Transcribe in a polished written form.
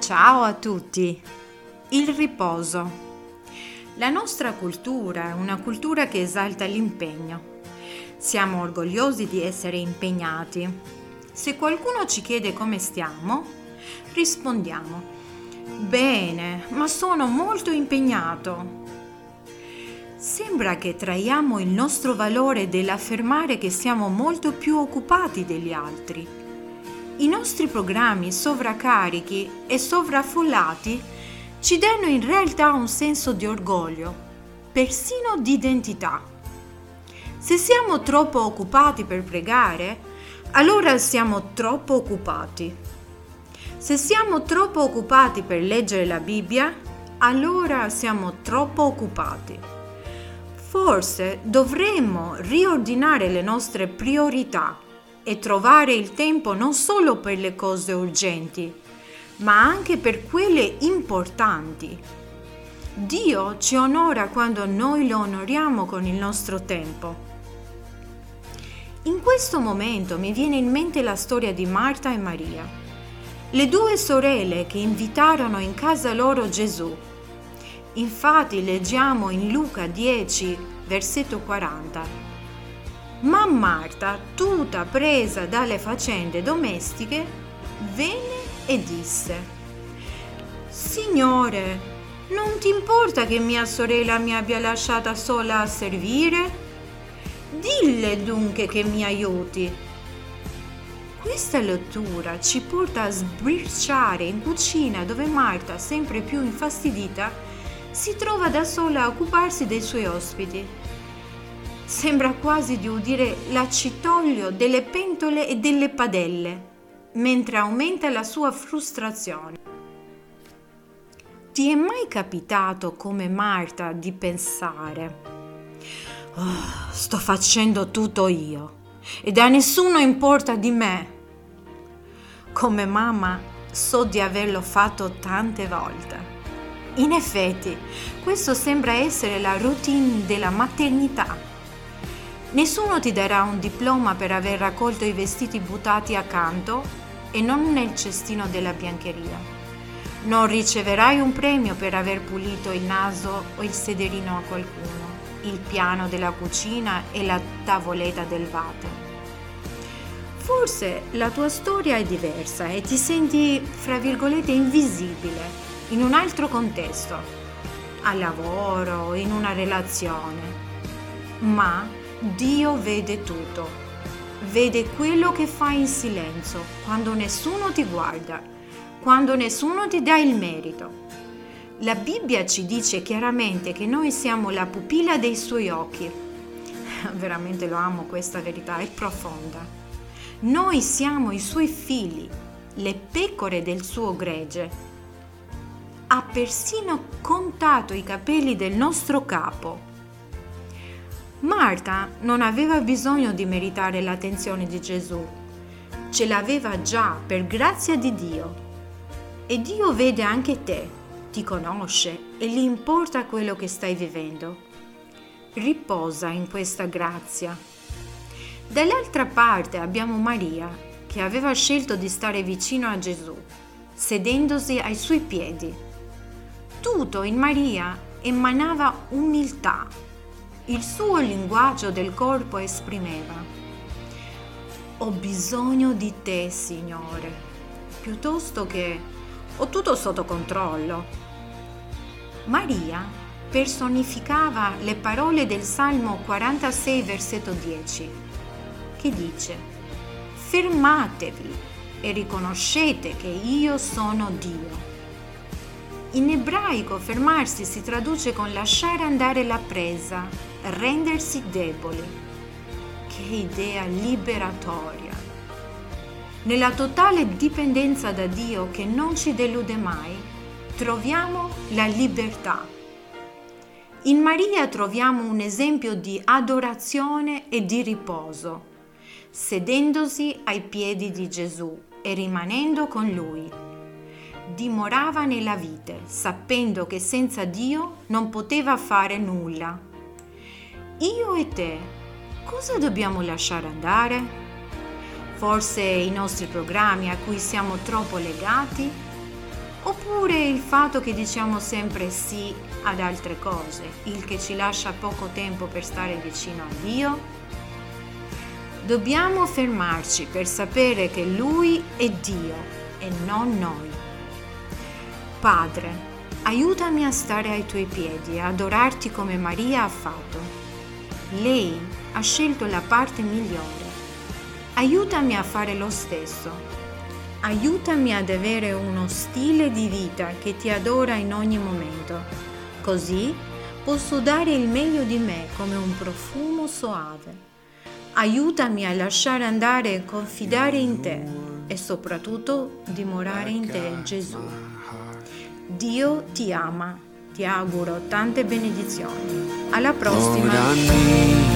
Ciao a tutti! Il riposo. La nostra cultura è una cultura che esalta l'impegno. Siamo orgogliosi di essere impegnati. Se qualcuno ci chiede come stiamo, rispondiamo: bene, ma sono molto impegnato. Sembra che traiamo il nostro valore dell'affermare che siamo molto più occupati degli altri. I nostri programmi sovraccarichi e sovraffollati ci danno in realtà un senso di orgoglio, persino di identità. Se siamo troppo occupati per pregare, allora siamo troppo occupati. Se siamo troppo occupati per leggere la Bibbia, allora siamo troppo occupati. Forse dovremmo riordinare le nostre priorità e trovare il tempo non solo per le cose urgenti, ma anche per quelle importanti. Dio ci onora quando noi lo onoriamo con il nostro tempo. In questo momento mi viene in mente la storia di Marta e Maria, le due sorelle che invitarono in casa loro Gesù. Infatti leggiamo in Luca 10, versetto 40. Ma Marta, tutta presa dalle faccende domestiche, venne e disse: Signore, non ti importa che mia sorella mi abbia lasciata sola a servire? Dille dunque che mi aiuti. Questa lettura ci porta a sbirciare in cucina, dove Marta, sempre più infastidita, si trova da sola a occuparsi dei suoi ospiti. Sembra quasi di udire l'accitoglio delle pentole e delle padelle, mentre aumenta la sua frustrazione. Ti è mai capitato, come Marta, di pensare: sto facendo tutto io ed a nessuno importa di me? Come mamma so di averlo fatto tante volte. In effetti, questo sembra essere la routine della maternità. Nessuno ti darà un diploma per aver raccolto i vestiti buttati accanto e non nel cestino della biancheria. Non riceverai un premio per aver pulito il naso o il sederino a qualcuno, il piano della cucina e la tavoletta del water. Forse la tua storia è diversa e ti senti, fra virgolette, invisibile in un altro contesto, al lavoro, in una relazione. Ma Dio vede tutto, vede quello che fai in silenzio, quando nessuno ti guarda, quando nessuno ti dà il merito. La Bibbia ci dice chiaramente che noi siamo la pupilla dei suoi occhi. Veramente lo amo, questa verità è profonda. Noi siamo i suoi figli, le pecore del suo gregge. Ha persino contato i capelli del nostro capo. Marta non aveva bisogno di meritare l'attenzione di Gesù, ce l'aveva già per grazia di Dio. E Dio vede anche te, ti conosce e gli importa quello che stai vivendo. Riposa in questa grazia. Dall'altra parte abbiamo Maria, che aveva scelto di stare vicino a Gesù, sedendosi ai suoi piedi. Tutto in Maria emanava umiltà. Il suo linguaggio del corpo esprimeva: ho bisogno di te, Signore, piuttosto che ho tutto sotto controllo. Maria personificava le parole del Salmo 46, versetto 10, che dice: fermatevi e riconoscete che io sono Dio. In ebraico fermarsi si traduce con lasciare andare la presa, rendersi deboli. Che idea liberatoria! Nella totale dipendenza da Dio, che non ci delude mai, troviamo la libertà. In Maria troviamo un esempio di adorazione e di riposo, sedendosi ai piedi di Gesù e rimanendo con Lui. Dimorava nella vite, sapendo che senza Dio non poteva fare nulla. Io e te, cosa dobbiamo lasciare andare? Forse i nostri programmi a cui siamo troppo legati? Oppure il fatto che diciamo sempre sì ad altre cose, il che ci lascia poco tempo per stare vicino a Dio? Dobbiamo fermarci per sapere che Lui è Dio e non noi. Padre, aiutami a stare ai tuoi piedi e adorarti come Maria ha fatto. Lei ha scelto la parte migliore. Aiutami a fare lo stesso. Aiutami ad avere uno stile di vita che ti adora in ogni momento. Così posso dare il meglio di me come un profumo soave. Aiutami a lasciare andare e confidare in te e soprattutto dimorare in te, Gesù. Dio ti ama. Ti auguro tante benedizioni. Alla prossima!